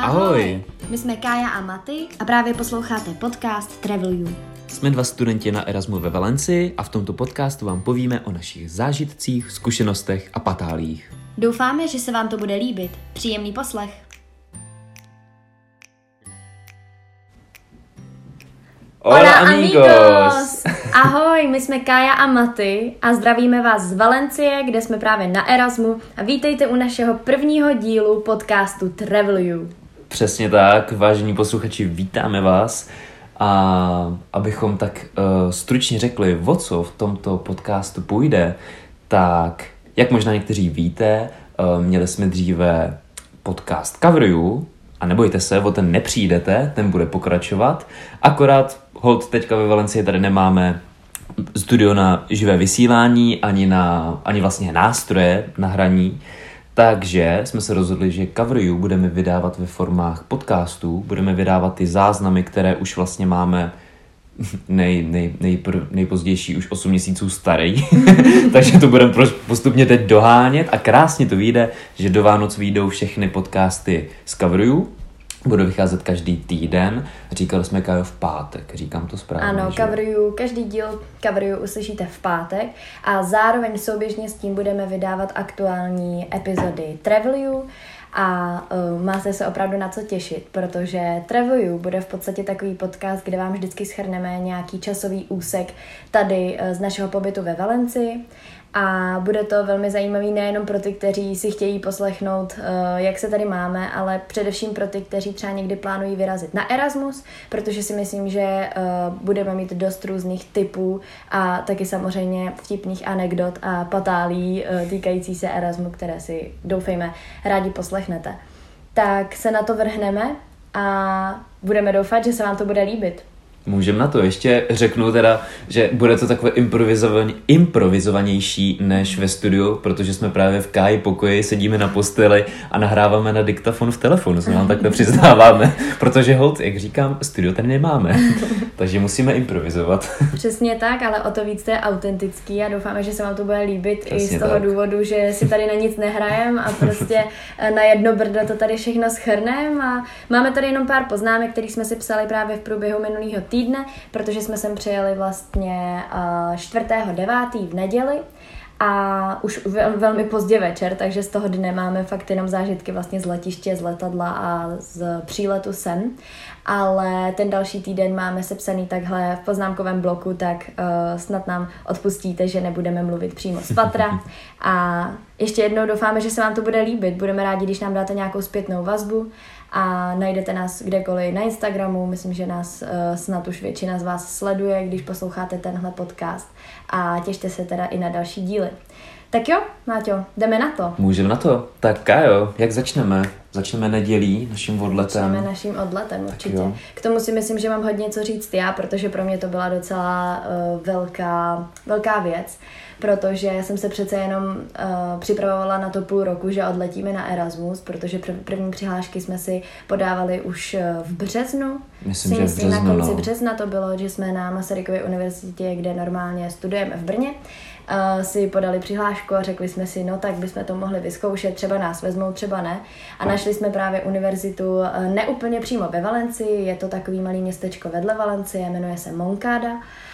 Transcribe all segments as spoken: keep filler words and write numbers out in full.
Ahoj! My jsme Kája a Maty a právě posloucháte podcast Travel You. Jsme dva studenti na Erasmu ve Valencii a v tomto podcastu vám povíme o našich zážitcích, zkušenostech a patálích. Doufáme, že se vám to bude líbit. Příjemný poslech. Hola amigos! Ahoj, my jsme Kája a Maty a zdravíme vás z Valencie, kde jsme právě na Erasmu a vítejte u našeho prvního dílu podcastu Travel You. Přesně tak, vážení posluchači, vítáme vás a abychom tak uh, stručně řekli, o co v tomto podcastu půjde, tak jak možná někteří víte, uh, měli jsme dříve podcast Cover You a nebojte se, o ten nepřijdete, ten bude pokračovat, akorát hold teďka ve Valencii tady nemáme studio na živé vysílání, ani, na, ani vlastně nástroje na hraní, takže jsme se rozhodli, že Cover You budeme vydávat ve formách podcastů, budeme vydávat ty záznamy, které už vlastně máme nej, nej, nejpr, nejpozdější už osm měsíců starý, takže to budeme postupně teď dohánět a krásně to vyjde, že do Vánoc vyjdou všechny podcasty z Cover You. Budou vycházet každý týden. Říkali jsme, Kájo, v pátek. Říkám to správně, Ano, že? Cover You, každý díl Cover You uslyšíte v pátek a zároveň souběžně s tím budeme vydávat aktuální epizody Travel You a uh, máte se opravdu na co těšit, protože Travel You bude v podstatě takový podcast, kde vám vždycky shrneme nějaký časový úsek tady uh, z našeho pobytu ve Valencii. A bude to velmi zajímavý nejenom pro ty, kteří si chtějí poslechnout, jak se tady máme, ale především pro ty, kteří třeba někdy plánují vyrazit na Erasmus, protože si myslím, že budeme mít dost různých typů a taky samozřejmě vtipných anekdot a patálí týkající se Erasmu, které si doufejme rádi poslechnete. Tak se na to vrhneme a budeme doufat, že se vám to bude líbit. Můžeme na to. Ještě řeknu teda, že bude to takové improvizovaně, improvizovanější než ve studiu, protože jsme právě v Káji pokoji, sedíme na posteli a nahráváme na diktafon v telefonu, se nám takhle přiznáváme, protože hold, jak říkám, studio tady nemáme, takže musíme improvizovat. Přesně tak, ale o to víc to je autentický a doufáme, že se vám to bude líbit. Přesně i z toho tak. důvodu, že si tady na nic nehrajem a prostě na jedno brdo to tady všechno shrneme a máme tady jenom pár poznámek, které jsme si psali právě v průběhu minulého týdne. týdne, protože jsme sem přijeli vlastně čtvrtého devátého v neděli a už velmi pozdě večer, takže z toho dne máme fakt jenom zážitky vlastně z letiště, z letadla a z příletu sem. Ale ten další týden máme sepsaný takhle v poznámkovém bloku, tak uh, snad nám odpustíte, že nebudeme mluvit přímo z patra. A ještě jednou doufáme, že se vám to bude líbit. Budeme rádi, když nám dáte nějakou zpětnou vazbu a najdete nás kdekoliv na Instagramu. Myslím, že nás uh, snad už většina z vás sleduje, když posloucháte tenhle podcast. A těšte se teda i na další díly. Tak jo, Máťo, jdeme na to. Můžeme na to. Tak Kájo, jak začneme? Začneme nedělí, naším odletem. Začneme naším odletem, určitě. K tomu si myslím, že mám hodně co říct já, protože pro mě to byla docela uh, velká, velká věc, protože jsem se přece jenom uh, připravovala na to půl roku, že odletíme na Erasmus, protože pr- první přihlášky jsme si podávali už uh, v březnu. Myslím, si že myslím, v březnu, na konci no. března to bylo, že jsme na Masarykově univerzitě, kde normálně studujeme v Brně, Uh, si podali přihlášku a řekli jsme si, no tak bychom to mohli vyzkoušet, třeba nás vezmou, třeba ne. A našli jsme právě univerzitu uh, neúplně přímo ve Valencii, je to takový malý městečko vedle Valencie, jmenuje se Moncada.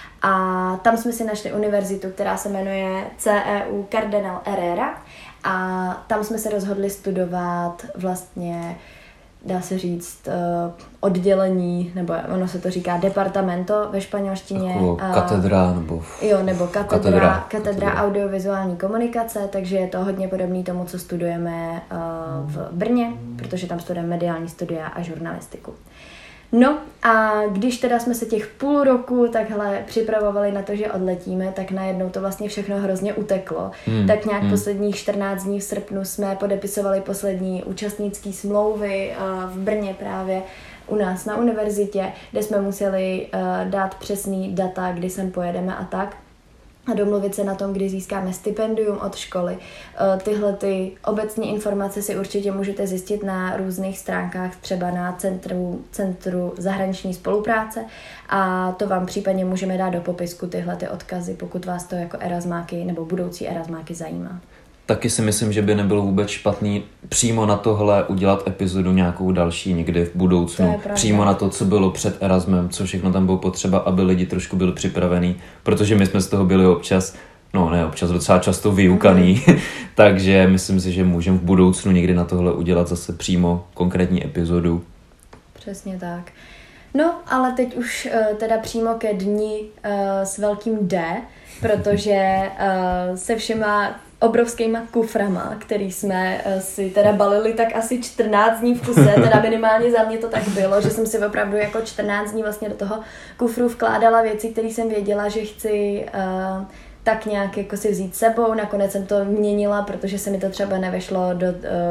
A tam jsme si našli univerzitu, která se jmenuje C E U Cardenal Herrera a tam jsme se rozhodli studovat vlastně, dá se říct, uh, oddělení, nebo ono se to říká departamento ve španělštině. Jako katedra, nebo... Jo, nebo katedra, katedra, katedra, katedra audiovizuální komunikace, takže je to hodně podobné tomu, co studujeme uh, v Brně, protože tam studujeme mediální studia a žurnalistiku. No a když teda jsme se těch půl roku takhle připravovali na to, že odletíme, tak najednou to vlastně všechno hrozně uteklo. Hmm. Tak nějak hmm. posledních čtrnáct dní v srpnu jsme podepisovali poslední účastnické smlouvy uh, v Brně právě u nás na univerzitě, kde jsme museli uh, dát přesný data, kdy sem pojedeme a tak. A domluvit se na tom, kdy získáme stipendium od školy. Tyhle ty obecní informace si určitě můžete zjistit na různých stránkách, třeba na centru, centru zahraniční spolupráce a to vám případně můžeme dát do popisku tyhle ty odkazy, pokud vás to jako erasmáky nebo budoucí erasmáky zajímá. taky si myslím, že by nebylo vůbec špatný přímo na tohle udělat epizodu nějakou další někdy v budoucnu. Přímo na to, co bylo před Erasmem, co všechno tam bylo potřeba, aby lidi trošku byli připravení, protože my jsme z toho byli občas, no ne občas, docela často vyukaný, mm. takže myslím si, že můžeme v budoucnu někdy na tohle udělat zase přímo konkrétní epizodu. Přesně tak. No, ale teď už uh, teda přímo ke dni uh, s velkým D, protože uh, se všema obrovskýma kuframa, který jsme uh, si teda balili tak asi čtrnáct dní v kuse, teda minimálně za mě to tak bylo, že jsem si opravdu jako čtrnáct dní vlastně do toho kufru vkládala věci, které jsem věděla, že chci uh, tak nějak jako si vzít sebou. Nakonec jsem to měnila, protože se mi to třeba nevešlo do,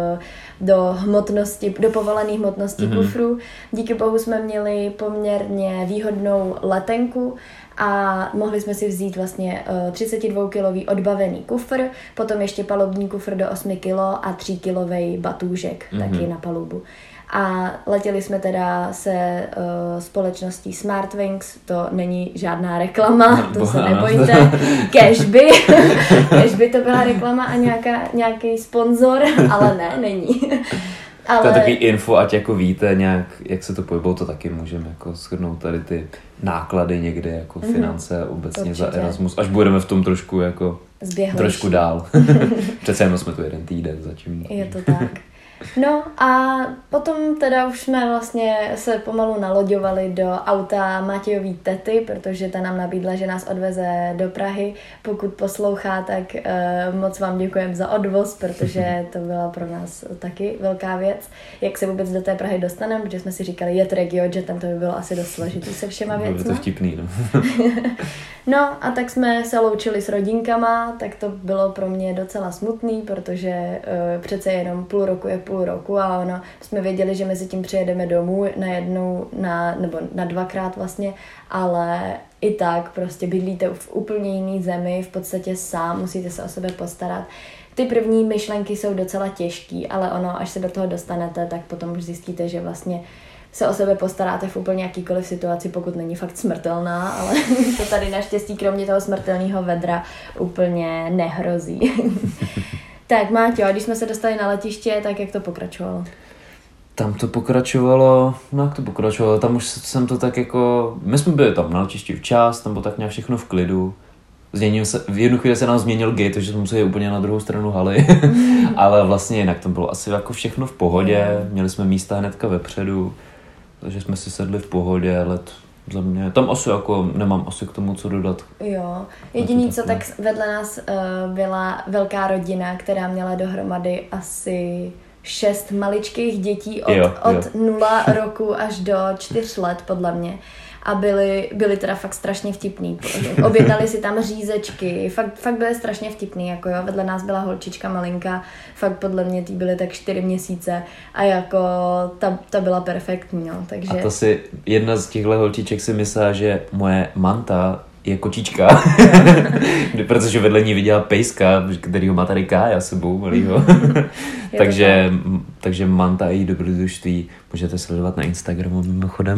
do hmotnosti, do povolené hmotnosti mm-hmm. kufru. Díky bohu jsme měli poměrně výhodnou letenku a mohli jsme si vzít vlastně třicetidvoukilový odbavený kufr, potom ještě palubní kufr do osmi kilo a tříkilový batůžek mm-hmm. taky na palubu. A letěli jsme teda se uh, společností Smartwings, to není žádná reklama, to se nebojte, cashby, cashby to byla reklama a nějaká, nějaký sponzor, ale ne, není. Ale... To je takový info, ať jako víte nějak, jak se to pohybou, to taky můžeme jako shrnout tady ty náklady někde, jako mm-hmm. finance obecně určitě. Za Erasmus, až budeme v tom trošku jako zběhlejší. Trošku dál. Přece jenom jsme tu jeden týden zatím. Je to tak. No a potom teda už jsme vlastně se pomalu naloďovali do auta Matějový tety, protože ta nám nabídla, že nás odveze do Prahy. Pokud poslouchá, tak uh, moc vám děkujeme za odvoz, protože to byla pro nás taky velká věc. Jak se vůbec do té Prahy dostaneme, protože jsme si říkali, jet RegioJetem, to by bylo asi dost složitý se všema věcmi. Bylo to vtipný, no. No a tak jsme se loučili s rodinkama, tak to bylo pro mě docela smutný, protože uh, přece jenom půl roku je půl roku a ono, jsme věděli, že mezi tím přijedeme domů na jednou, na, nebo na dvakrát vlastně, ale i tak prostě bydlíte v úplně jiný zemi, v podstatě sám, musíte se o sebe postarat. Ty první myšlenky jsou docela těžký, ale ono, až se do toho dostanete, tak potom už zjistíte, že vlastně se o sebe postaráte v úplně jakýkoliv situaci, pokud není fakt smrtelná, ale to tady naštěstí kromě toho smrtelného vedra úplně nehrozí. Tak Máťo, když jsme se dostali na letiště, tak jak to pokračovalo? Tam to pokračovalo, no jak to pokračovalo, tam už jsem to tak jako, my jsme byli tam na letišti včas, tam bylo tak nějak všechno v klidu. Změnil se, v jednu chvíli se nám změnil gate, takže jsme museli úplně na druhou stranu haly, ale vlastně jinak tam bylo asi jako všechno v pohodě, měli jsme místa hnedka vepředu, takže jsme si sedli v pohodě, let za mě, tam asi jako nemám asi k tomu co dodat. Jo, jediný co tak vedle nás uh, byla velká rodina, která měla dohromady asi šest maličkých dětí od, jo, jo. od nula roku až do čtyř let podle mě. A byli, byli teda fakt strašně vtipný. Objednali si tam řízečky, fakt, fakt byly strašně vtipný, jako jo. Vedle nás byla holčička malinká, fakt podle mě tý byly tak čtyři měsíce a jako ta, ta byla perfektní, no, takže... A to si, jedna z těchto holčiček si myslela, že moje manta je kočička, protože vedle ní viděla pejska, kterýho má tady Kája sebou, malýho. takže, takže manta a její dobrodružství můžete sledovat na Instagramu mimochodem.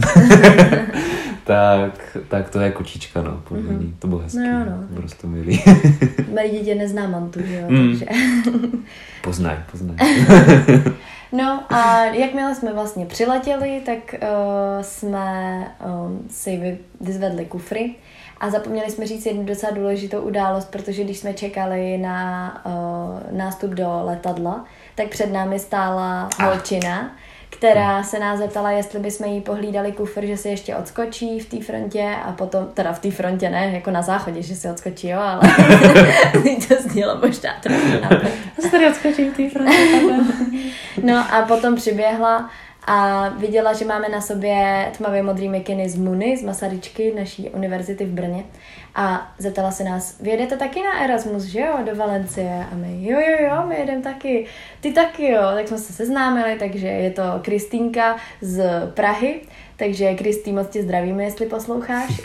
tak, tak to je kočička, no, podle mm-hmm. ní. To bylo hezký, no, no. Prostě milý. Malý dítě nezná mantu, že jo, mm. takže... poznaj, poznaj. No a jakmile jsme vlastně přiletěli, tak uh, jsme um, si vyzvedli kufry. A zapomněli jsme říct jednu docela důležitou událost, protože když jsme čekali na uh, nástup do letadla, tak před námi stála holčina, která se nás zeptala, jestli bychom jí pohlídali kufr, že si ještě odskočí v té frontě a potom, teda v té frontě ne, jako na záchodě, že si odskočí, jo, ale to znělo možná trochu nápad. Já tady odskočím v té frontě. No a potom přiběhla a viděla, že máme na sobě tmavě modrý mikiny z Muny, z Masaryčky, naší univerzity v Brně. A zeptala se nás, vy jedete taky na Erasmus, že jo, do Valencie? A my, jo, jo, jo, my jedeme taky. Ty taky, jo. Tak jsme se seznámili, takže je to Kristýnka z Prahy, Takže Kristý, moc tě zdravíme, jestli posloucháš.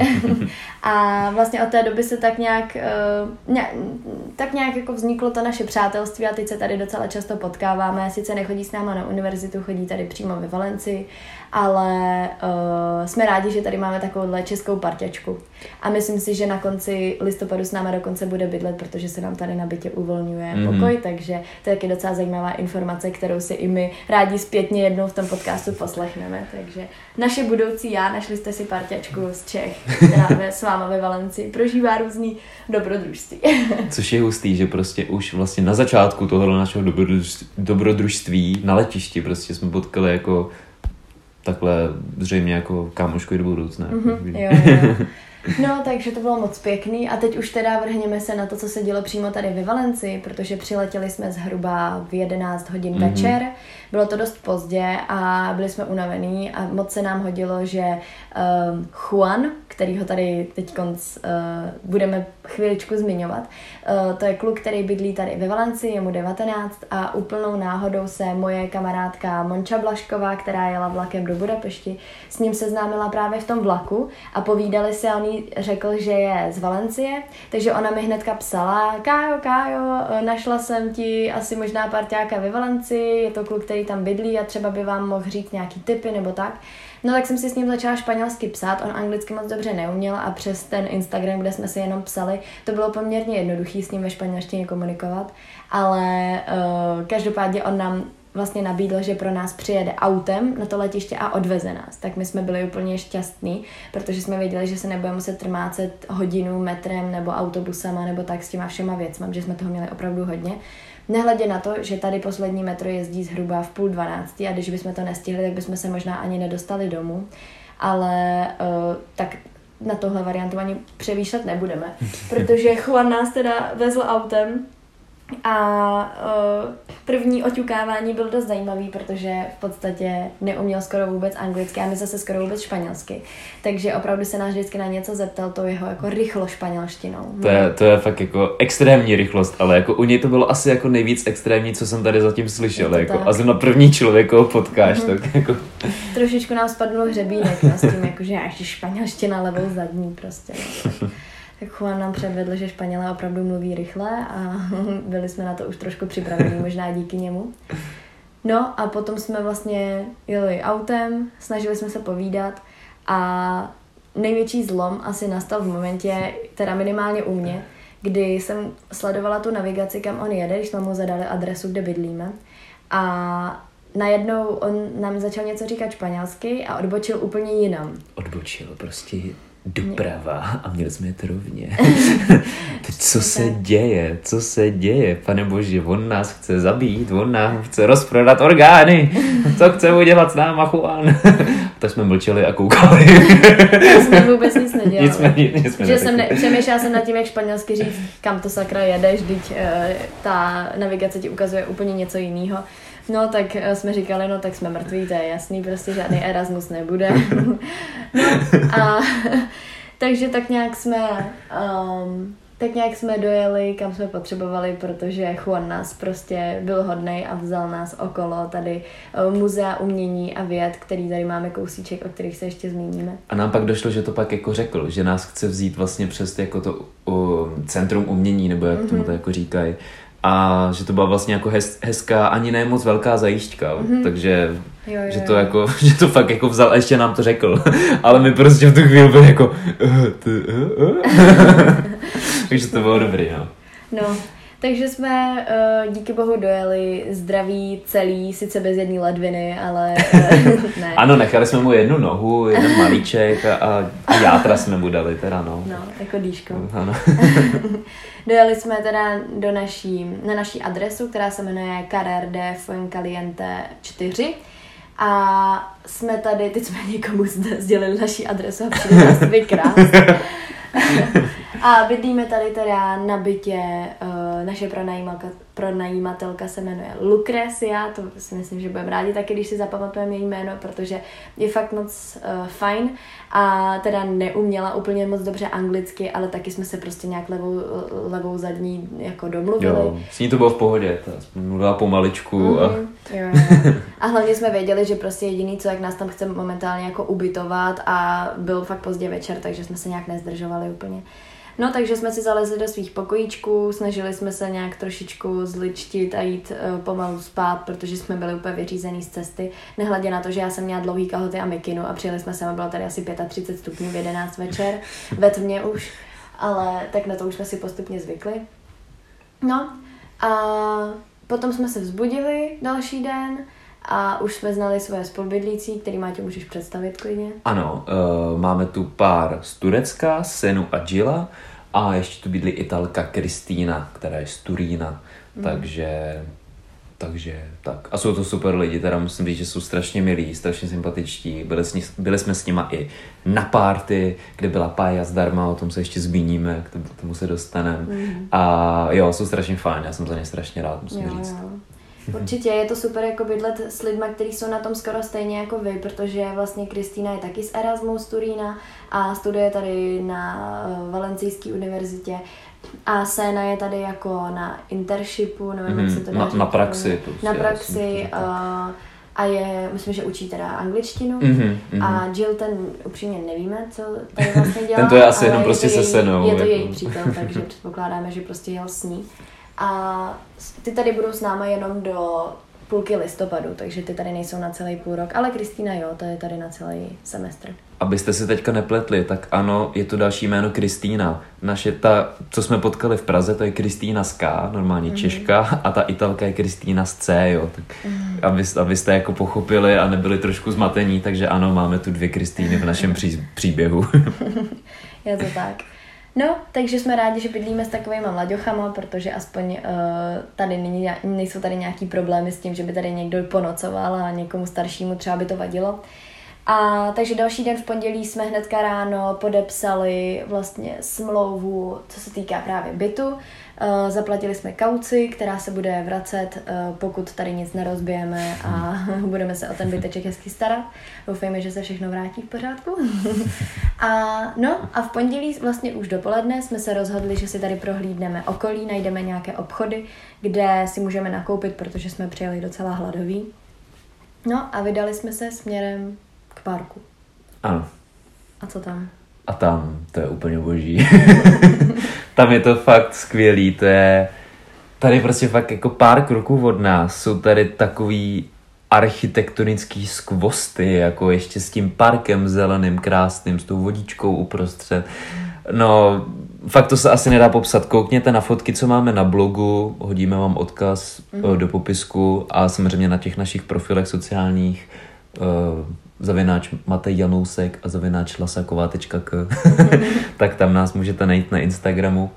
A vlastně od té doby se tak nějak, uh, ně, tak nějak jako vzniklo to naše přátelství a teď se tady docela často potkáváme. Sice nechodí s náma na univerzitu, chodí tady přímo ve Valencii, ale uh, jsme rádi, že tady máme takovouhle českou parťačku. A myslím si, že na konci listopadu s náma dokonce bude bydlet, protože se nám tady na bytě uvolňuje mm. pokoj, takže to je taky docela zajímavá informace, kterou si i my rádi zpětně jednou v tom podcastu poslechneme. Takže naše budoucí já, našli jste si parťačku z Čech, která s váma ve Valencii prožívá různý dobrodružství. Což je hustý, že prostě už vlastně na začátku tohohle našeho dobrodružství, dobrodružství na letišti prostě jsme potkali jako takhle zřejmě jako kámošku i do budoucna. Mm-hmm, jo, jo. No, takže to bylo moc pěkný a teď už teda vrhneme se na to, co se dělo přímo tady ve Valencii, protože přiletěli jsme zhruba v jedenáct hodin mm-hmm. večer. Bylo to dost pozdě a byli jsme unavení a moc se nám hodilo, že uh, Juan, kterýho tady teď konc, uh, budeme chvíličku zmiňovat, uh, to je kluk, který bydlí tady ve Valencii, je mu devatenáct a úplnou náhodou se moje kamarádka Monča Blašková, která jela vlakem do Budapešti, s ním seznámila právě v tom vlaku a povídali si a on jí řekl, že je z Valencie, takže ona mi hnedka psala: Kájo, Kájo, našla jsem ti asi možná parťáka ve Valencii, je to kluk, který tam bydlí a třeba by vám mohl říct nějaký tipy nebo tak. No tak jsem si s ním začala španělsky psát, on anglicky moc dobře neuměl a přes ten Instagram, kde jsme si jenom psali, to bylo poměrně jednoduchý s ním ve španělštině komunikovat, ale uh, každopádně on nám vlastně nabídl, že pro nás přijede autem na to letiště a odveze nás. Tak my jsme byli úplně šťastní, protože jsme věděli, že se nebudeme muset trmácet hodinu metrem nebo autobusama nebo tak s těma všema věcma, že jsme toho měli opravdu hodně. Nehledě na to, že tady poslední metro jezdí zhruba v půl dvanáctí a když bychom to nestihli, tak bychom se možná ani nedostali domů. Ale uh, tak na tohle variantu ani přemýšlet nebudeme, protože Juan nás teda vezl autem a uh, první oťukávání byl dost zajímavý, protože v podstatě neuměl skoro vůbec anglicky a my zase skoro vůbec španělsky. Takže opravdu se nás vždycky na něco zeptal tou jeho jako rychlo španělštinou. To je, to je fakt jako extrémní rychlost, ale jako u něj to bylo asi jako nejvíc extrémní, co jsem tady zatím slyšel. Jako, a na první člověk, koho potkáš, mm-hmm. tak jako... Trošičku nám spadnul hřebínek no, s tím, jako, že ještě španělština levou zadní prostě. No, tak Juan nám předvedl, že Španělé opravdu mluví rychle a byli jsme na to už trošku připraveni, možná díky němu. No a potom jsme vlastně jeli autem, snažili jsme se povídat a největší zlom asi nastal v momentě, teda minimálně u mě, kdy jsem sledovala tu navigaci, kam on jede, když jsme mu zadali adresu, kde bydlíme. A najednou on nám začal něco říkat španělsky a odbočil úplně jinam. Odbočil prostě doprava a měli jsme jet rovně. Teď co se děje? Co se děje? Pane bože, on nás chce zabít, on nám chce rozprodat orgány. Co chce udělat s náma Juan? Tak jsme mlčeli a koukali. Já jsme vůbec nic nedělali. Nic jsme, nic jsme že jsem ne, přemýšlela jsem nad tím, jak španělsky říct, kam to sakra jedeš, teď uh, ta navigace ti ukazuje úplně něco jiného. No, tak jsme říkali, no tak jsme mrtví, to je jasný, prostě žádný Erasmus nebude. No a takže tak nějak jsme um, tak nějak jsme dojeli, kam jsme potřebovali, protože Juan nás prostě byl hodnej a vzal nás okolo tady uh, muzea umění a věd, který tady máme kousíček, o kterých se ještě zmíníme. A nám pak došlo, že to pak jako řekl, že nás chce vzít vlastně přes jako to uh, centrum umění, nebo jak mm-hmm. tomu to jako říkají. A že to byla vlastně jako hez, hezká, ani ne moc velká zajížďka, mm-hmm. takže jo, jo, že to jako, že to fakt jako vzal a ještě nám to řekl, ale my prostě v tu chvíli byli jako uh, t, uh, uh. Takže to bylo dobrý, no. No, takže jsme uh, díky bohu dojeli zdraví, celý, sice bez jedné ledviny, ale uh, ne. Ano, nechali jsme mu jednu nohu, jeden malíček a, a, a játra jsme mu dali teda, no. No, jako dýško. Ano. Dojeli jsme teda do naší, na naší adresu, která se jmenuje Carrer de Fuencaliente čtyři. A jsme tady, teď jsme někomu sdělili naší adresu a přijde nás vykrást. A bydlíme tady teda na bytě uh, naše pronajímatelka, pronajímatelka se jmenuje Lucrecia, to si myslím, že budeme rádi taky, když si zapamatujeme její jméno, protože je fakt moc uh, fajn a teda neuměla úplně moc dobře anglicky, ale taky jsme se prostě nějak levou, levou zadní jako domluvili. Jo, s ní to bylo v pohodě, ta mluvila pomaličku. Mm-hmm. A... Jo, jo. A hlavně jsme věděli, že prostě jediný, co jak nás tam chce momentálně jako ubytovat a byl fakt pozdě večer, takže jsme se nějak nezdržovali úplně. No, takže jsme si zalezli do svých pokojíčků, snažili jsme se nějak trošičku zličtit a jít uh, pomalu spát, protože jsme byli úplně vyřízený z cesty. Nehledě na to, že já jsem měla dlouhý kalhoty a mikinu a přijeli jsme sem a bylo tady asi třicet pět stupňů v jedenáct večer, ve tmě už, ale tak na to už jsme si postupně zvykli. No a potom jsme se vzbudili další den a už jsme znali svoje spolubydlící, který Máťo můžeš představit klidně. Ano, uh, máme tu pár z Turecka, Senu a Gila a ještě tu bydlí Italka Kristýna, která je z Turína, mm. takže, takže tak. A jsou to super lidi, teda musím říct, že jsou strašně milí, strašně sympatičtí, byli, s ní, byli jsme s nima i na party, kde byla pája zdarma, o tom se ještě zmíníme, k tomu, k tomu se dostaneme. Mm. A jo, jsou strašně fajn, já jsem za ně strašně rád, musím jo, říct. Jo. Určitě je to super jako bydlet s lidma, kteří jsou na tom skoro stejně jako vy, protože vlastně Kristýna je taky z Erasmu z Turína a studuje tady na Valencijské univerzitě a Sena je tady jako na intershipu, nevím, mm-hmm. jak se to dá na, říct. Na praxi. Prostě, na praxi a, a je, myslím, že učí teda angličtinu mm-hmm, mm-hmm. a Jill ten upřímně nevíme, co tady vlastně dělá. Ten to je asi jenom prostě se Senou. Je to jako. její přítel, takže předpokládáme, že prostě jel s ní. A ty tady budou s náma jenom do půlky listopadu, takže ty tady nejsou na celý půl rok, ale Kristýna jo, to je tady na celý semestr. Abyste si teďka nepletli, tak ano, je to další jméno Kristýna. Naše ta, co jsme potkali v Praze, to je Kristýna z K, normálně mm. Češka, a ta Italka je Kristýna z C, jo. Tak mm. aby, abyste jako pochopili a nebyli trošku zmatení, takže ano, máme tu dvě Kristýny v našem pří, příběhu. Je to tak. No, takže jsme rádi, že bydlíme s takovýma mlaďochama, protože aspoň uh, tady není, nejsou tady nějaký problémy s tím, že by tady někdo ponocoval a někomu staršímu třeba by to vadilo. A takže další den v pondělí jsme hnedka ráno podepsali vlastně smlouvu, co se týká právě bytu. Uh, zaplatili jsme kauci, která se bude vracet, uh, pokud tady nic nerozbijeme a budeme se o ten byteček hezky starat. Doufejme, že se všechno vrátí v pořádku. a no a v pondělí vlastně už dopoledne jsme se rozhodli, že si tady prohlídneme okolí, najdeme nějaké obchody, kde si můžeme nakoupit, protože jsme přijeli docela hladoví. No a vydali jsme se směrem k parku. Ano. A co tam? A tam, to je úplně boží. Tam je to fakt skvělý, to je tady prostě fakt jako pár kroků od nás, jsou tady takový architektonický skvosty, jako ještě s tím parkem zeleným, krásným, s tou vodičkou uprostřed. No, fakt to se asi nedá popsat. Koukněte na fotky, co máme na blogu, hodíme vám odkaz mm. do popisku a samozřejmě na těch našich profilech sociálních uh, zavináč Matej Janousek a zavináč lasaková tečka k tak tam nás můžete najít na Instagramu.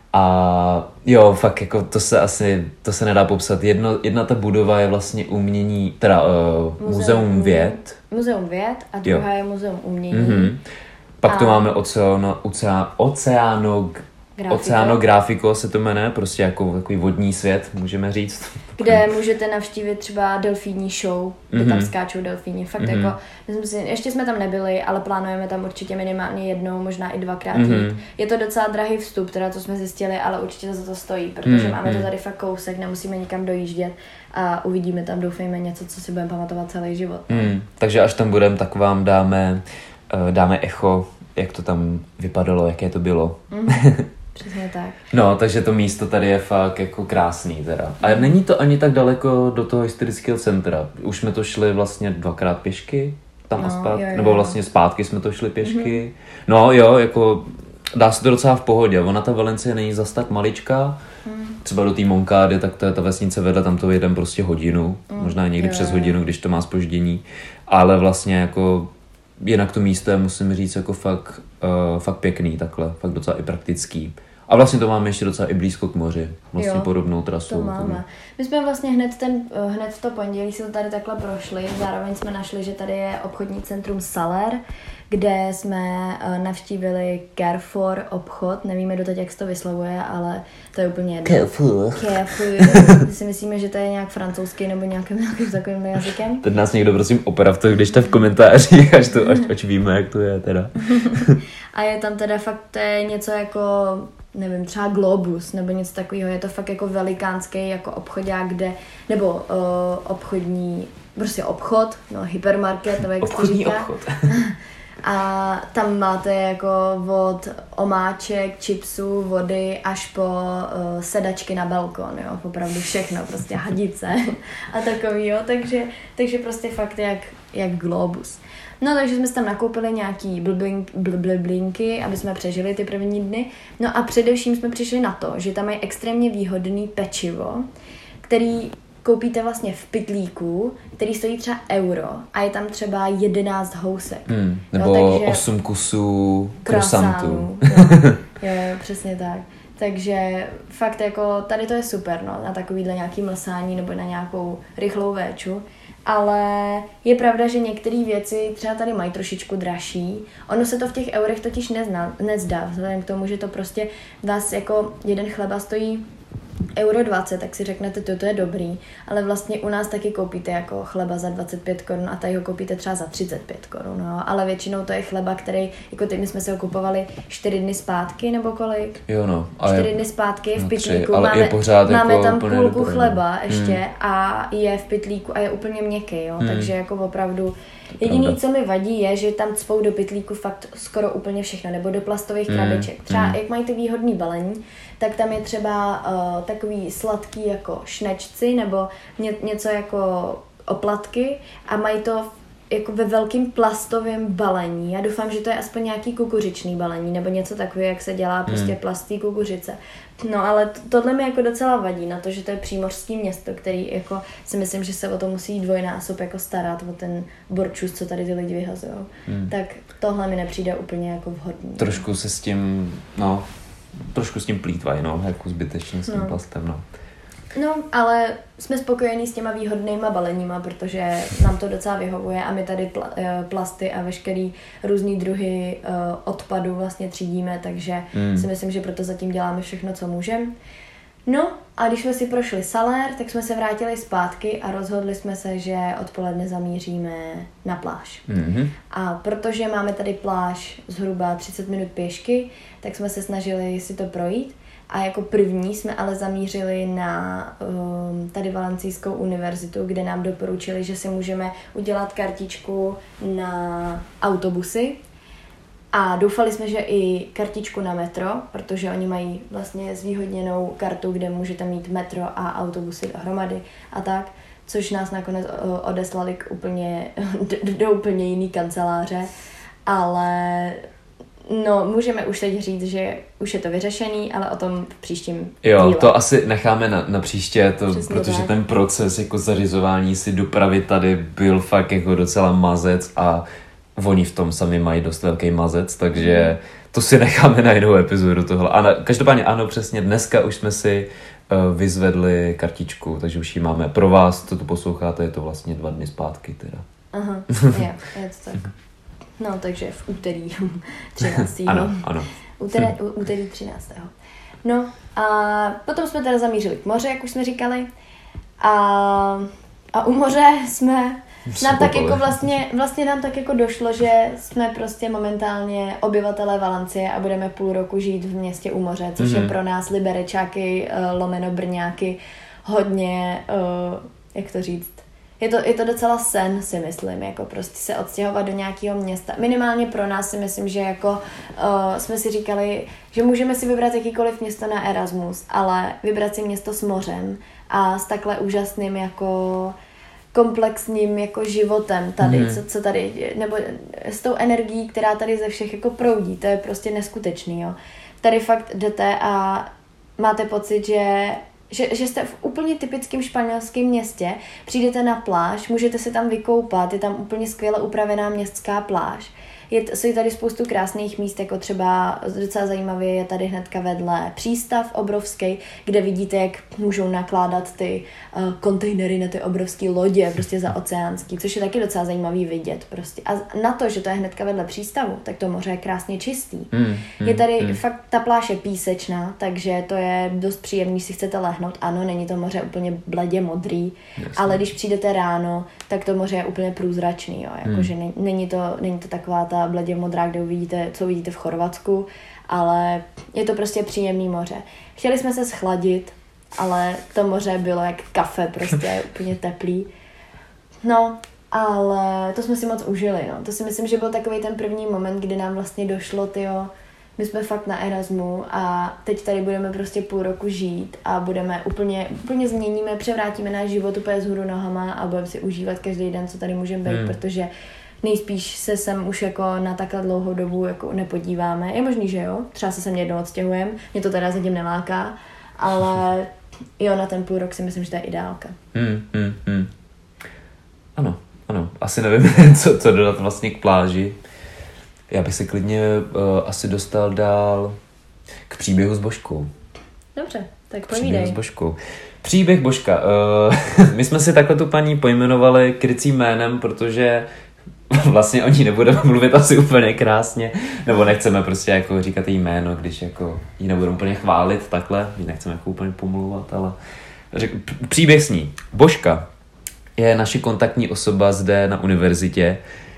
A jo, fakt jako to se asi, to se nedá popsat. Jedno, jedna ta budova je vlastně umění, teda uh, muzeum, muzeum věd. Muzeum věd a druhá jo. je muzeum umění. Mm-hmm. Pak a... tu máme oceano, oceán, oceánok, Oceanografiko se to jmenuje, prostě jako takový vodní svět, můžeme říct. Kde můžete navštívit třeba delfínní show, kde mm-hmm. tam skáčou delfíni. Fakt mm-hmm. jako, myslím si, ještě jsme tam nebyli, ale plánujeme tam určitě minimálně jednou, možná i dvakrát mm-hmm. jít. Je to docela drahý vstup, teda to jsme zjistili, ale určitě to za to stojí, protože mm-hmm. máme to tady fakt kousek, nemusíme nikam dojíždět a uvidíme tam, doufejme, něco, co si budeme pamatovat celý život. Mm, takže až tam budeme, tak vám dáme, dáme echo, jak to tam vypadalo, jaké to bylo. Mm-hmm. Přesně tak. No, takže to místo tady je fakt jako krásný teda. A není to ani tak daleko do toho historického centra. Už jsme to šli vlastně dvakrát pěšky tam no, a zpátky, jo, jo. nebo vlastně zpátky jsme to šli pěšky. Mm-hmm. No jo, jako dá se to docela v pohodě. Ona ta Valencie není zas tak maličká. Mm. Třeba do té Monkády, tak to je ta vesnice vedle, tam to jedem prostě hodinu. Mm. Možná někdy jo, přes hodinu, když to má zpoždění. Ale vlastně jako jinak to místo je, musím říct, jako fakt, uh, fakt pěkný takhle, fakt docela i praktický. A vlastně to máme ještě docela i blízko k moři, vlastně jo, podobnou trasu. To máme. My jsme vlastně hned, ten, hned v to pondělí si to tady takhle prošli, zároveň jsme našli, že tady je obchodní centrum Saler, kde jsme navštívili Carrefour obchod, nevíme doteď, jak se to vyslovuje, ale to je úplně jedno. Carrefour. Carrefour. Si myslíme, že to je nějak francouzský nebo nějakým, nějakým takovým jazykem. Teď nás někdo prosím oprav to, když to v komentářích, až to, až, až víme, jak to je teda. A je tam teda fakt, to je něco jako, nevím, třeba Globus, nebo něco takového, je to fakt jako velikánský jako obchodák, kde, nebo uh, obchodní, prostě obchod, no hypermarket, nebo jak se říká. Obchod. A tam máte jako od omáček, chipsů, vody až po uh, sedačky na balkon, jo, opravdu všechno, prostě hadice a takový, jo, takže, takže prostě fakt jak, jak Globus. No takže jsme si tam nakoupili nějaký blblink, blblinky, aby jsme přežili ty první dny. No a především jsme přišli na to, že tam je extrémně výhodný pečivo, který koupíte vlastně v pytlíku, který stojí třeba euro a je tam třeba jedenáct housek. Hmm, nebo jo, takže osm kusů krosantů. Jo, jo, jo, přesně tak. Takže fakt jako tady to je super, no, na takovýhle nějaký mlsání nebo na nějakou rychlou véču. Ale je pravda, že některé věci třeba tady mají trošičku dražší. Ono se to v těch eurech totiž nezná, nezdá, vzhledem k tomu, že to prostě vás jako jeden chleba stojí euro dvacet, tak si řeknete, to, to je dobrý, ale vlastně u nás taky koupíte jako chleba za dvacet pět korun a tady ho koupíte třeba za třicet pět korun, no, ale většinou to je chleba, který, jako teď my jsme si ho kupovali čtyři dny zpátky, nebo kolik? Jo no. Čtyři dny zpátky no, v pytlíku, tři, ale máme, je pořád máme jako tam úplně půlku dobrý. chleba ještě hmm. a je v pytlíku a je úplně měkký, jo, hmm. takže jako opravdu jediný, Pravda. co mi vadí, je, že tam cpou do pytlíku fakt skoro úplně všechno, nebo do plastových hmm. krabiček. Třeba hmm. jak mají ty výhodný balení, tak tam je třeba uh, takový sladký jako šnečci nebo ně, něco jako oplatky a mají to jako ve velkým plastovém balení. Já doufám, že to je aspoň nějaký kukuřičný balení nebo něco takového, jak se dělá prostě hmm. plastý kukuřice. No ale to, tohle mi jako docela vadí na to, že to je přímořský město, který jako si myslím, že se o to musí dvojnásob jako starat, o ten borčus, co tady ty lidi vyhazují. Hmm. Tak tohle mi nepřijde úplně jako vhodný. Trošku se s tím, no, trošku s tím plýtvají, no, jako zbytečně s tím no. plastem, no. No, ale jsme spokojení s těma výhodnýma baleníma, protože nám to docela vyhovuje a my tady pl- plasty a veškerý různý druhy uh, odpadu vlastně třídíme, takže mm. si myslím, že proto zatím děláme všechno, co můžeme. No a když jsme si prošli Saler, tak jsme se vrátili zpátky a rozhodli jsme se, že odpoledne zamíříme na pláž. Mm-hmm. A protože máme tady pláž zhruba třicet minut pěšky, tak jsme se snažili si to projít. A jako první jsme ale zamířili na um, tady Valencijskou univerzitu, kde nám doporučili, že si můžeme udělat kartičku na autobusy. A doufali jsme, že i kartičku na metro, protože oni mají vlastně zvýhodněnou kartu, kde můžete mít metro a autobusy dohromady a tak, což nás nakonec odeslali k úplně, do, do úplně jiný kanceláře, ale no, můžeme už teď říct, že už je to vyřešený, ale o tom v příštím Jo, díle. to asi necháme na, na příště, to, protože tak. ten proces jako zařizování si dopravy tady byl fakt jako docela mazec a oni v tom sami mají dost velký mazec, takže mm. to si necháme na jinou epizodu tohle. A na, každopádně ano, přesně dneska už jsme si uh, vyzvedli kartičku, takže už ji máme pro vás, co tu posloucháte, je to vlastně dva dny zpátky teda. Aha, je, je to tak. No, takže v úterý třináctého Ano, ano. Úterý, úterý třináctého No a potom jsme teda zamířili k moři, jak už jsme říkali. A, a u moře jsme nám tak jako vlastně, vlastně nám tak jako došlo, že jsme prostě momentálně obyvatelé Valencie a budeme půl roku žít v městě u moře, což mm-hmm. je pro nás liberečáky, lomeno brňáky hodně, jak to říct, Je to, je to docela sen, si myslím, jako prostě se odstěhovat do nějakého města. Minimálně pro nás si myslím, že jako uh, jsme si říkali, že můžeme si vybrat jakýkoliv město na Erasmus, ale vybrat si město s mořem a s takhle úžasným jako komplexním jako životem tady, mm. co, co tady, nebo s tou energií, která tady ze všech jako proudí, to je prostě neskutečný, jo. Tady fakt jdete a máte pocit, že Že, že jste v úplně typickém španělském městě, přijdete na pláž, můžete se tam vykoupat, je tam úplně skvěle upravená městská pláž. je, jsou tady spoustu krásných míst, jako třeba docela zajímavě je tady hnedka vedle přístav obrovský, kde vidíte, jak můžou nakládat ty uh, kontejnery na ty obrovské lodě, prostě za oceánský, což je taky docela zajímavý vidět prostě. A na to, že to je hnedka vedle přístavu, tak to moře je krásně čistý. Mm, mm, je tady mm. fakt, ta pláž je písečná, takže to je dost příjemný, si chcete lehnout. Ano, není to moře úplně bledě modrý, Jasně. ale když přijdete ráno, tak to moře je úplně průzračný, jo. Jakože mm. není, to, není to taková ta bledě modrá, kde uvidíte, co uvidíte v Chorvatsku, ale je to prostě příjemný moře. Chtěli jsme se schladit, ale to moře bylo jak kafe, prostě úplně teplý. No, ale to jsme si moc užili, no. To si myslím, že byl takový ten první moment, kdy nám vlastně došlo, tyjo, my jsme fakt na Erasmu a teď tady budeme prostě půl roku žít a budeme úplně, úplně změníme, převrátíme náš život úplně z hůru nohama a budeme si užívat každý den, co tady můžeme být, hmm. protože nejspíš se sem už jako na takhle dlouhou dobu jako nepodíváme. Je možný, že jo, třeba se sem jednou odstěhujeme, mě to teda zatím neláká, ale jo, na ten půl rok si myslím, že to je ideálka. Hmm, hmm, hmm. Ano, ano, asi nevím, co, co dodat vlastně k pláži. Já bych se klidně uh, asi dostal dál k příběhu s Božkou. Dobře, tak povídej. Příběh s Božkou. Příběh Božka. Uh, my jsme si takhle tu paní pojmenovali krycím jménem, protože vlastně o ní nebudeme mluvit asi úplně krásně, nebo nechceme prostě jako říkat její jméno, když jako ji nebudeme úplně chválit takhle, ji nechceme jako úplně pomluvat, ale řek, příběh s ní. Božka je naše kontaktní osoba zde na univerzitě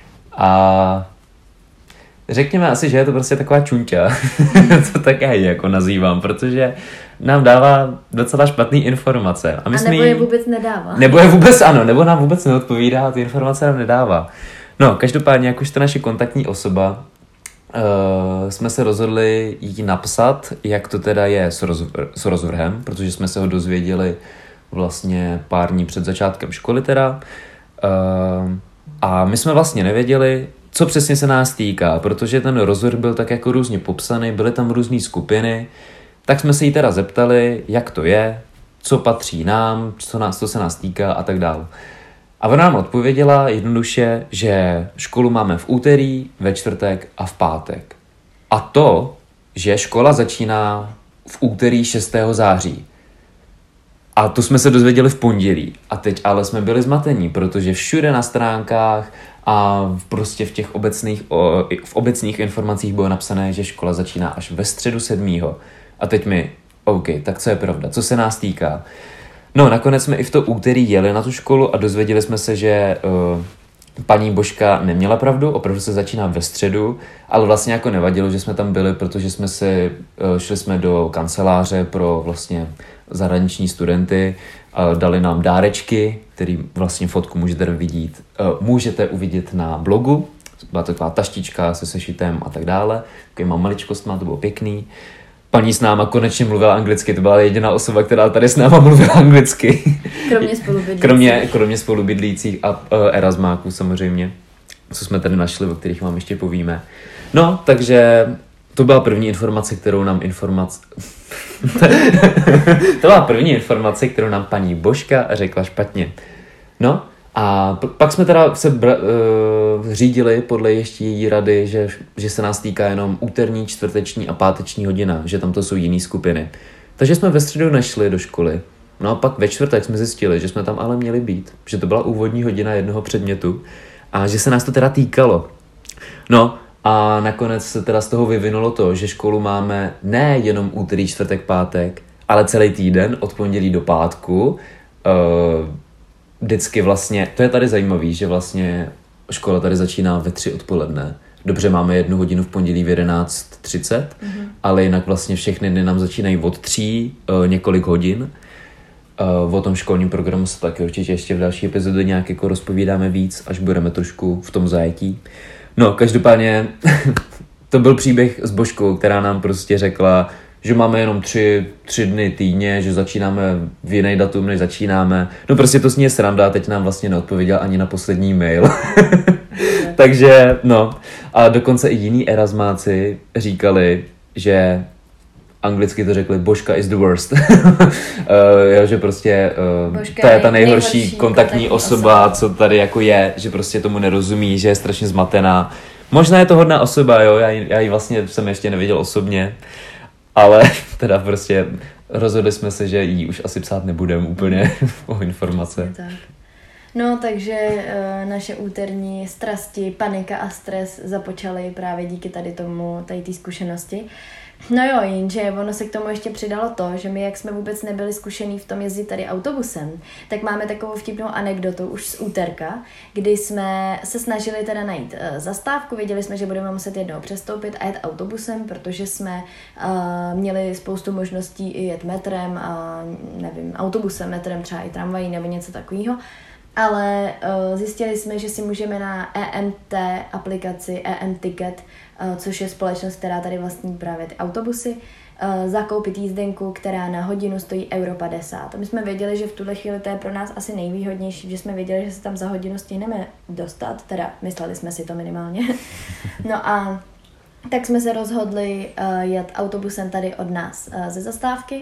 a řekněme asi, že je to prostě taková čunťa, to tak já ji jako nazývám, protože nám dává docela špatné informace. A, my a nebo je vůbec nedává. Nebo je vůbec, ano, nebo nám vůbec neodpovídá, ty informace nám nedává. No, každopádně, jak už to naše kontaktní osoba, uh, jsme se rozhodli jí napsat, jak to teda je s, rozvr- s rozvrhem, protože jsme se ho dozvěděli vlastně pár dní před začátkem školy teda. Uh, a my jsme vlastně nevěděli, co přesně se nás týká, protože ten rozvrh byl tak jako různě popsaný, byly tam různé skupiny, tak jsme se jí teda zeptali, jak to je, co patří nám, co, nás, co se nás týká a tak dále. A ona nám odpověděla jednoduše, že školu máme v úterý, ve čtvrtek a v pátek. A to, že škola začíná v úterý šestého září. A to jsme se dozvěděli v pondělí. A teď ale jsme byli zmatení, protože všude na stránkách a prostě v těch obecných, v obecných informacích bylo napsané, že škola začíná až ve středu sedmého. A teď mi, OK, tak co je pravda, co se nás týká? No, nakonec jsme i v to úterý jeli na tu školu a dozvěděli jsme se, že uh, paní Božka neměla pravdu, opravdu se začíná ve středu, ale vlastně jako nevadilo, že jsme tam byli, protože jsme si, uh, šli jsme do kanceláře pro vlastně zahraniční studenty, uh, dali nám dárečky, který vlastně fotku můžete vidět, uh, můžete uvidět na blogu, byla to taková taštička se sešitem a tak dále, takovýma maličkostma, to bylo pěkný. Paní s náma konečně mluvila anglicky, to byla jediná osoba, která tady s náma mluvila anglicky. Kromě spolubydlících. Kromě, kromě spolubydlících a uh, erasmáků samozřejmě, co jsme tady našli, o kterých vám ještě povíme. No, takže to byla první informace, kterou nám informace... to byla první informace, kterou nám paní Božka řekla špatně. No, a pak jsme teda se bra- uh, řídili podle ještě její rady, že, že se nás týká jenom úterní, čtvrteční a páteční hodina, že tam to jsou jiné skupiny. Takže jsme ve středu nešli do školy. No a pak ve čtvrtek jsme zjistili, že jsme tam ale měli být, že to byla úvodní hodina jednoho předmětu a že se nás to teda týkalo. No a nakonec se teda z toho vyvinulo to, že školu máme ne jenom úterý, čtvrtek, pátek, ale celý týden od pondělí do pátku. Uh, Vždycky vlastně, to je tady zajímavý, že vlastně škola tady začíná ve tři odpoledne. Dobře, máme jednu hodinu v pondělí v jedenáct třicet, mm-hmm. ale jinak vlastně všechny dny nám začínají od tří, uh, několik hodin. Uh, o tom školním programu se taky určitě ještě v další epizodě nějak jako rozpovídáme víc, až budeme trošku v tom zajetí. No, každopádně to byl příběh s Božkou, která nám prostě řekla, že máme jenom tři, tři dny týdně, že začínáme v jiný datum, než začínáme. No prostě to s ní je sranda, teď nám vlastně neodpověděl ani na poslední mail. Takže, no. A dokonce i jiní erasmáci říkali, že anglicky to řekli, Božka is the worst. uh, jo, že prostě uh, to je ta nejhorší, nejhorší kontaktní osoba, osoba, co tady jako je, že prostě tomu nerozumí, že je strašně zmatená. Možná je to hodná osoba, jo, já ji, já ji vlastně jsem ještě neviděl osobně, ale teda prostě rozhodli jsme se, že jí už asi psát nebudeme úplně o informace. Tak. No, takže uh, naše úterní strasti, panika a stres započaly právě díky tady tomu, tady té zkušenosti. No jo, jenže ono se k tomu ještě přidalo to, že my, jak jsme vůbec nebyli zkušení v tom jezdit tady autobusem, tak máme takovou vtipnou anekdotu už z úterka, kdy jsme se snažili teda najít uh, zastávku, věděli jsme, že budeme muset jednou přestoupit a jet autobusem, protože jsme uh, měli spoustu možností i jet metrem a nevím, autobusem, metrem, třeba i tramvají nebo něco takového. Ale uh, zjistili jsme, že si můžeme na E M T aplikaci E M Ticket, uh, což je společnost, která tady vlastní právě ty autobusy, uh, zakoupit jízdenku, která na hodinu stojí euro padesát. A my jsme věděli, že v tuhle chvíli to je pro nás asi nejvýhodnější, že jsme věděli, že se tam za hodinu stihneme dostat, teda mysleli jsme si to minimálně. No a tak jsme se rozhodli uh, jet autobusem tady od nás uh, ze zastávky.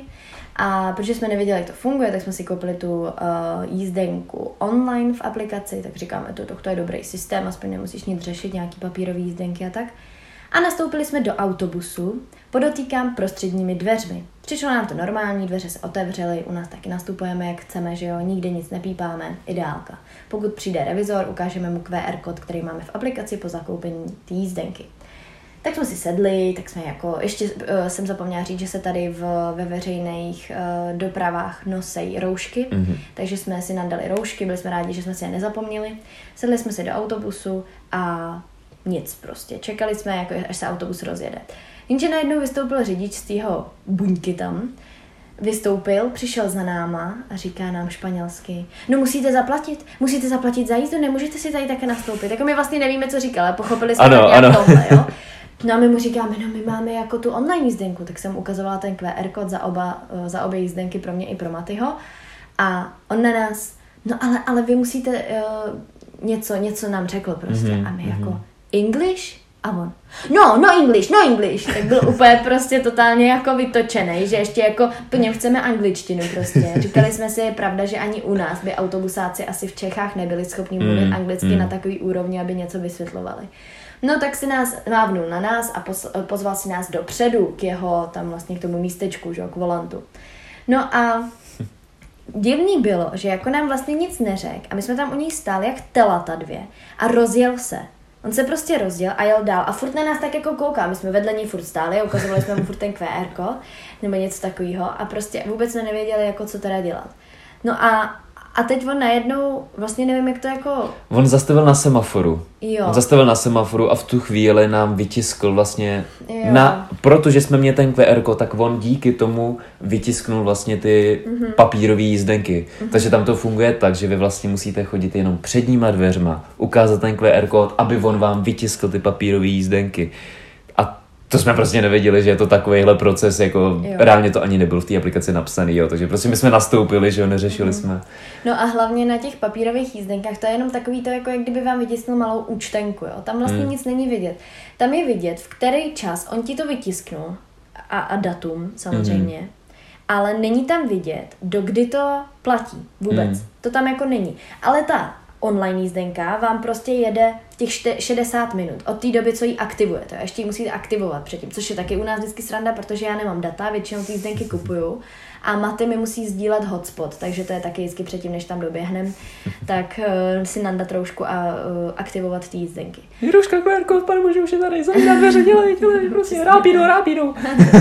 A protože jsme nevěděli, jak to funguje, tak jsme si koupili tu uh, jízdenku online v aplikaci, tak říkáme, to, to je dobrý systém, aspoň nemusíš nic řešit, nějaký papírový jízdenky a tak. A nastoupili jsme do autobusu, podotýkám prostředními dveřmi. Přišlo nám to normální, dveře se otevřely, u nás taky nastupujeme, jak chceme, že jo, nikde nic nepípáme, ideálka. Pokud přijde revizor, ukážeme mu Q R kód, který máme v aplikaci po zakoupení té jízdenky. Tak jsme si sedli, tak jsme jako, ještě uh, jsem zapomněla říct, že se tady v, ve veřejných uh, dopravách nosejí roušky, mm-hmm. takže jsme si nandali roušky, byli jsme rádi, že jsme si je nezapomněli. Sedli jsme si do autobusu a nic prostě. Čekali jsme, jako, až se autobus rozjede. Jenže najednou vystoupil řidič z tého buňky tam, vystoupil, přišel za náma a říká nám španělsky, no musíte zaplatit, musíte zaplatit za jízdu, nemůžete si tady také nastoupit. Jako my vlastně nevíme, co říkal, ale pochopili jsme ano, tak nějak ano. tohle, jo. No a my mu říkáme, no my máme jako tu online jízdenku, tak jsem ukazovala ten Q R kód za, oba, za obě jízdenky pro mě i pro Matyho a on na nás, no ale, ale vy musíte uh, něco, něco nám řekl prostě mm-hmm, a my mm-hmm. jako English? A on, no, no English, no English. Tak byl úplně prostě totálně jako vytočený, že ještě jako po něm chceme angličtinu prostě. Říkali jsme si, je pravda, že ani u nás by autobusáci asi v Čechách nebyli schopni mluvit mm, anglicky mm. na takový úrovni, aby něco vysvětlovali. No tak si nás mávnul na nás a pozval si nás dopředu k jeho, tam vlastně k tomu místečku, že, k volantu. No a divný bylo, že jako nám vlastně nic neřekl a my jsme tam u něj stáli jak telata dvě a rozjel se. On se prostě rozděl a jel dál a furt na nás tak jako kouká. My jsme vedle něj furt stáli a ukazovali jsme mu furt ten Q R kód nebo něco takového a prostě vůbec jsme nevěděli, jako co teda dělat. No a, a teď on najednou, vlastně nevím, jak to jako... On zastavil na semaforu. Jo. On zastavil na semaforu a v tu chvíli nám vytiskl vlastně, na, protože jsme měli ten Q R kód, tak on díky tomu vytisknul vlastně ty mm-hmm. papírové jízdenky. Mm-hmm. Takže tam to funguje tak, že vy vlastně musíte chodit jenom předníma dveřma, ukázat ten Q R kód, aby on vám vytiskl ty papírové jízdenky. A to jsme prostě nevěděli, že je to takovýhle proces, jako jo. Reálně to ani nebyl v té aplikaci napsaný, jo, takže prostě my jsme nastoupili, že jo, neřešili mm. jsme. No a hlavně na těch papírových jízdenkách to je jenom takový to, jako jak kdyby vám vytisknul malou účtenku, jo, tam vlastně mm. nic není vidět. Tam je vidět, v který čas on ti to vytisknul a, a datum samozřejmě, mm. ale není tam vidět, dokdy to platí vůbec, mm. to tam jako není, ale ta online jízdenka vám prostě jede těch šedesát minut od té doby, co ji aktivujete. Ještě ji musíte aktivovat předtím, což je taky u nás vždycky sranda, protože já nemám data, většinou ty jízdenky kupuju a Maty mi musí sdílet hotspot, takže to je taky vždycky předtím, než tam doběhnem, tak uh, si nandat roušku a uh, aktivovat ty jízdenky. Rouška, Q R kód, pane bože, už je tady, zavírat dveře, dělej, dělej, prostě, rápido, rápido.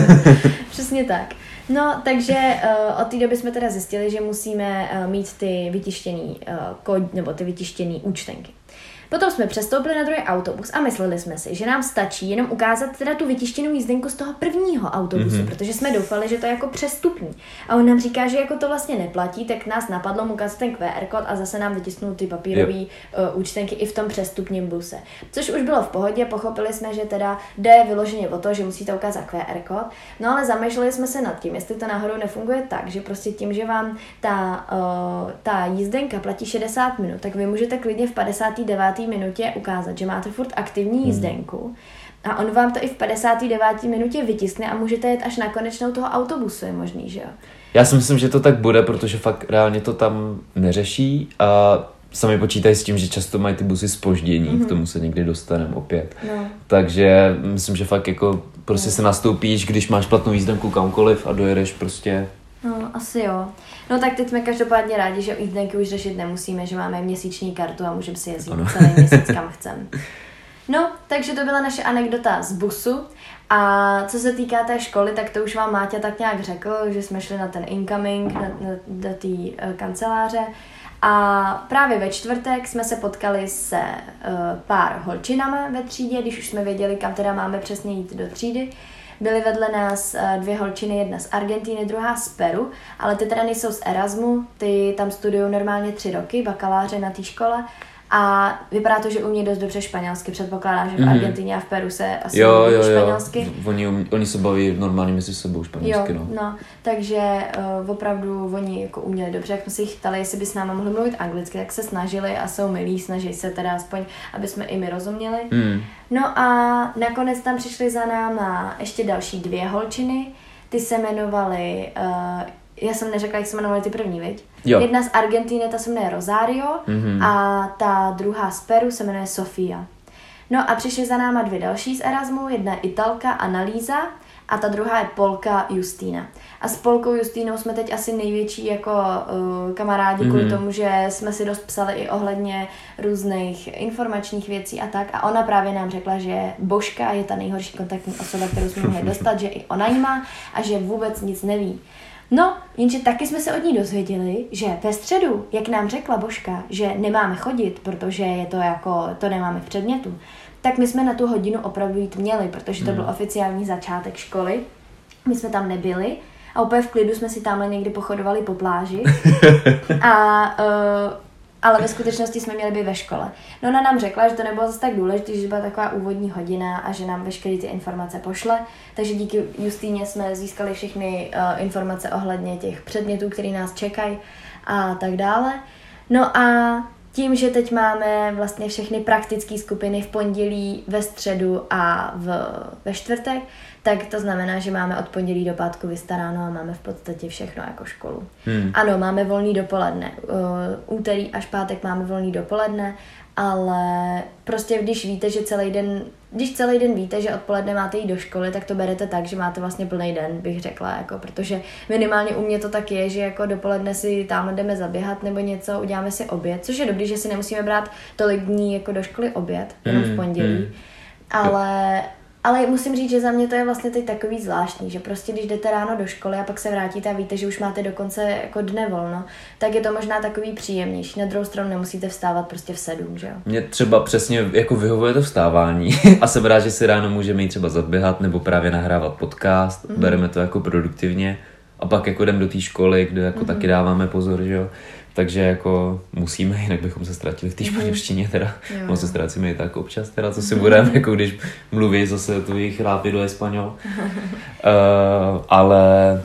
Přesně tak. No, takže uh, od té doby jsme teda zjistili, že musíme uh, mít ty vytištěný uh, kód, nebo ty vytištěný účtenky. Potom jsme přestoupili na druhý autobus a mysleli jsme si, že nám stačí jenom ukázat teda tu vytištěnou jízdenku z toho prvního autobusu, mm-hmm. protože jsme doufali, že to je jako přestupní. A on nám říká, že jako to vlastně neplatí, tak nás napadlo mu ukázat ten Q R kód a zase nám vytisknul ty papírové uh, účtenky i v tom přestupním buse. Což už bylo v pohodě, pochopili jsme, že teda jde vyloženě o to, že musíte ukázat Q R kód, no ale zamýšleli jsme se nad tím, jestli to náhodou nefunguje tak, že prostě tím, že vám ta, uh, ta jízdenka platí šedesát minut, tak vy můžete klidně v padesáté deváté minutě ukázat, že máte furt aktivní jízdenku a on vám to i v padesáté deváté minutě vytiskne a můžete jet až na konečnou toho autobusu, je možný, že jo? Já si myslím, že to tak bude, protože fakt reálně to tam neřeší a sami počítají s tím, že často mají ty busy zpoždění, mm-hmm. k tomu se někdy dostaneme opět. No. Takže myslím, že fakt jako prostě no. se nastoupíš, když máš platnou jízdenku kamkoliv a dojedeš prostě. No, asi jo. No tak teď jsme každopádně rádi, že jízdenky už řešit nemusíme, že máme měsíční kartu a můžeme si jezdit ano. celý měsíc kam chceme. No, takže to byla naše anekdota z busu. A co se týká té školy, tak to už vám Máťa tak nějak řekl, že jsme šli na ten incoming, na, na, do té uh, kanceláře. A právě ve čtvrtek jsme se potkali se uh, pár holčinama ve třídě, když už jsme věděli, kam teda máme přesně jít do třídy. Byly vedle nás uh, dvě holčiny, jedna z Argentiny, druhá z Peru, ale ty teda nejsou z Erasmu, ty tam studují normálně tři roky, bakaláře na té škole. A vypadá to, že umí dost dobře španělsky. Předpokládám, že v Argentině a v Peru se asi jo, mluví jo, španělsky. Jo. Oni, oni se baví normálně mezi sebou španělsky. Jo, no. no. Takže uh, opravdu oni jako uměli dobře. Jak jsme si jich ptali, jestli by s náma mohli mluvit anglicky, tak se snažili a jsou milí, snaží se teda aspoň, aby jsme i my rozuměli. Mm. No a nakonec tam přišli za náma ještě další dvě holčiny. Ty se jmenovaly... Uh, Já jsem neřekla, jak se jmenovaly ty první, viď? Jo. Jedna z Argentiny, ta se jmenuje Rosario mm-hmm. a ta druhá z Peru se jmenuje Sofia. No a přišly za náma dvě další z Erasmu, jedna je Italka Annalisa a ta druhá je Polka Justína. A s Polkou Justínou jsme teď asi největší jako uh, kamarádi mm-hmm. kvůli tomu, že jsme si dost psali i ohledně různých informačních věcí a tak. A ona právě nám řekla, že Božka je ta nejhorší kontaktní osoba, kterou jsme mohli dostat, že i ona jí má a že vůbec nic neví. No, jenže taky jsme se od ní dozvěděli, že ve středu, jak nám řekla Božka, že nemáme chodit, protože je to jako, to nemáme v předmětu, tak my jsme na tu hodinu opravdu jít měli, protože to byl oficiální začátek školy. My jsme tam nebyli a úplně v klidu jsme si tamhle někdy pochodovali po pláži. A... Uh, ale ve skutečnosti jsme měli být ve škole. No ona nám řekla, že to nebylo zase tak důležité, že byla taková úvodní hodina a že nám veškeré ty informace pošle. Takže díky Justíně jsme získali všechny uh, informace ohledně těch předmětů, které nás čekají a tak dále. No a tím, že teď máme vlastně všechny praktické skupiny v pondělí, ve středu a v, ve čtvrtek, tak to znamená, že máme od pondělí do pátku vystaráno a máme v podstatě všechno jako školu. Hmm. Ano, máme volný dopoledne. Uh, úterý až pátek máme volný dopoledne, ale prostě když víte, že celý den, když celý den víte, že odpoledne máte jít do školy, tak to berete tak, že máte vlastně plný den, bych řekla, jako, protože minimálně u mě to tak je, že jako dopoledne si tam jdeme zaběhat nebo něco, uděláme si oběd, což je dobrý, že si nemusíme brát tolik dní jako do školy oběd, jenom v pondělí, hmm. ale... Ale musím říct, že za mě to je vlastně teď takový zvláštní, že prostě když jdete ráno do školy a pak se vrátíte a víte, že už máte dokonce jako dne volno, tak je to možná takový příjemnější. Na druhou stranu nemusíte vstávat prostě v sedm, že jo? Mně třeba přesně jako vyhovuje to vstávání a jsem rád, že si ráno můžeme jít třeba zaběhat nebo právě nahrávat podcast, mm-hmm. bereme to jako produktivně a pak jako jdem do té školy, kde jako mm-hmm. taky dáváme pozor, že jo? Takže jako musíme, jinak bychom se ztratili v té španělštině teda. No se ztrácíme i tak občas teda, co si budeme, jako když mluví zase tu jejich rápido espanol. uh, ale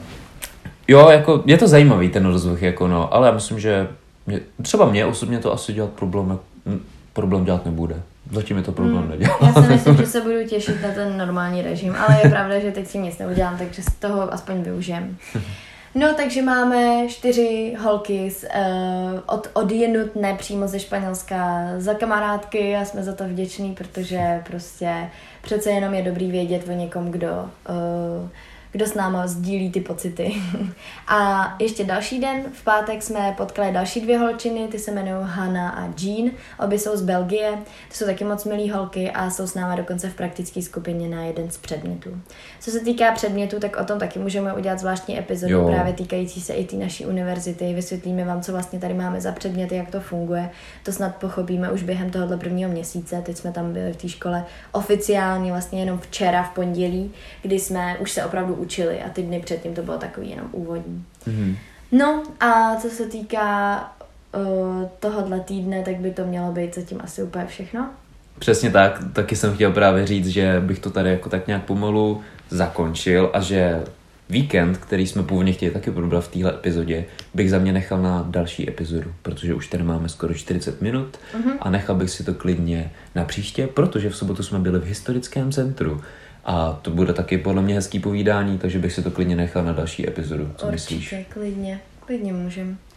jo, jako je to zajímavý ten rozvrh, jako no, ale já myslím, že mě, třeba mě osobně to asi dělat problém, problém dělat nebude. Zatím je to problém hmm. nedělat. Já si myslím, že se budu těšit na ten normální režim, ale je pravda, že teď si nic neudělám, takže z toho aspoň využijem. No, takže máme čtyři holky z, uh, od, od jenut, ne přímo ze Španělska, za kamarádky a jsme za to vděční, protože prostě přece jenom je dobrý vědět o někom, kdo, uh, kdo s náma sdílí ty pocity. A ještě další den, v pátek jsme potkali další dvě holčiny, ty se jmenují Hanna a Jean, obě jsou z Belgie, to jsou taky moc milý holky a jsou s náma dokonce v praktické skupině na jeden z předmětů. Co se týká předmětů, tak o tom taky můžeme udělat zvláštní epizodu, jo. Právě týkající se i té naší univerzity, vysvětlíme vám, co vlastně tady máme za předměty, jak to funguje, to snad pochopíme už během tohohle prvního měsíce, teď jsme tam byli v té škole oficiálně vlastně jenom včera v pondělí, kdy jsme už se opravdu učili a ty dny předtím to bylo takový jenom úvodní. Mm-hmm. No a co se týká uh, tohohle týdne, tak by to mělo být zatím asi úplně všechno. Přesně tak, taky jsem chtěl právě říct, že bych to tady jako tak nějak pomalu zakončil a že víkend, který jsme původně chtěli taky probrat v téhle epizodě, bych za mě nechal na další epizodu, protože už tady máme skoro čtyřicet minut mm-hmm. a nechal bych si to klidně na příště, protože v sobotu jsme byli v historickém centru. A to bude taky podle mě hezký povídání, takže bych si to klidně nechal na další epizodu. Co Určitě, myslíš? klidně, klidně můžem.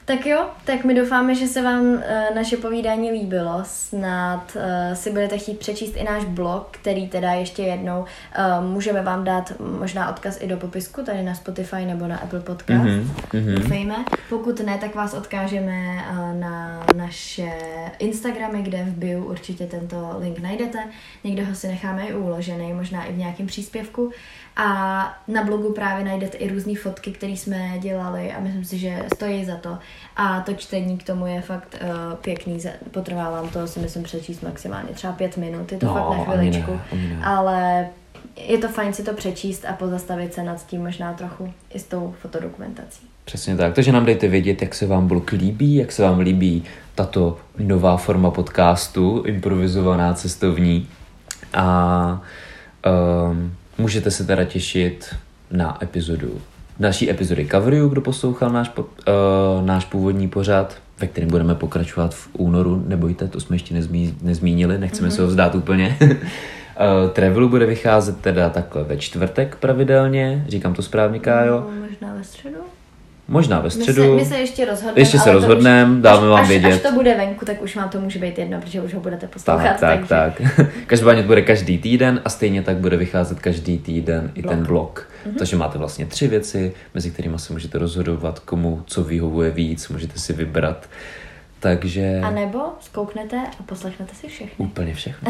Tak jo, tak my doufáme, že se vám uh, naše povídání líbilo. Snad uh, si budete chtít přečíst i náš blog, který teda ještě jednou uh, můžeme vám dát možná odkaz i do popisku, tady na Spotify nebo na Apple Podcast. Mm-hmm. Doufejme. Pokud ne, tak vás odkážeme uh, na naše Instagramy, kde v bio určitě tento link najdete. Někde ho si necháme i uložený, možná i v nějakém příspěvku. A na blogu právě najdete i různé fotky, které jsme dělali a myslím si, že stojí za to. A to čtení k tomu je fakt uh, pěkný. Potrvá vám to, si myslím, přečíst maximálně třeba pět minut. Je to no, fakt na chviličku. Ne, ne. Ale je to fajn si to přečíst a pozastavit se nad tím možná trochu i s tou fotodokumentací. Přesně tak. Takže nám dejte vědět, jak se vám blog líbí, jak se vám líbí tato nová forma podcastu, improvizovaná cestovní. A um, můžete se teda těšit na epizodu, další epizody Coveru, kdo poslouchal náš, pod, uh, náš původní pořad, ve kterém budeme pokračovat v únoru. Nebojte, to jsme ještě nezmí, nezmínili, nechceme mm-hmm. se ho vzdát úplně. uh, Travelu bude vycházet teda takhle ve čtvrtek pravidelně, říkám to správně, Kájo? No, možná ve středu. Možná ve středu. My se, my se ještě rozhodneme. Ještě se rozhodneme, dáme vám až, vědět. Až to bude venku, tak už vám to může být jedno, protože už ho budete poslouchat. Tak, tak, takže... tak. Každopádně to bude každý týden a stejně tak bude vycházet každý týden i blog. ten vlog. Mm-hmm. Takže máte vlastně tři věci, mezi kterými se můžete rozhodovat, komu co vyhovuje víc, můžete si vybrat. Takže... A nebo zkouknete a poslechnete si všechny. Úplně všechno.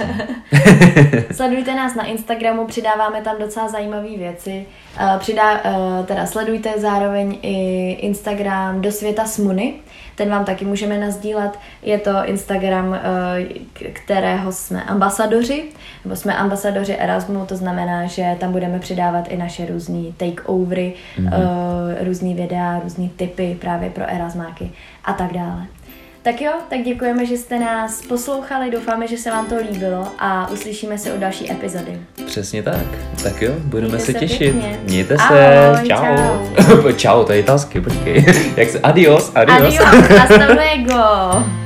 Sledujte nás na Instagramu, přidáváme tam docela zajímavé věci. Přidá, teda sledujte zároveň i Instagram Do světa Smuny. Ten vám taky můžeme nasdílet. Je to Instagram, kterého jsme ambasadoři, nebo jsme ambasadoři Erasmu, to znamená, že tam budeme přidávat i naše různý takeovery, mm-hmm. různý videa, různý tipy právě pro Erasmáky a tak dále. Tak jo, tak děkujeme, že jste nás poslouchali, doufáme, že se vám to líbilo a uslyšíme se u další epizody. Přesně tak. Tak jo, budeme Mějte se, se těšit. Pěkně. Mějte se. Ahoj, čau. Čau, čau, to je italsky, počkej. Jak se, adios, adios. Adios, hasta luego.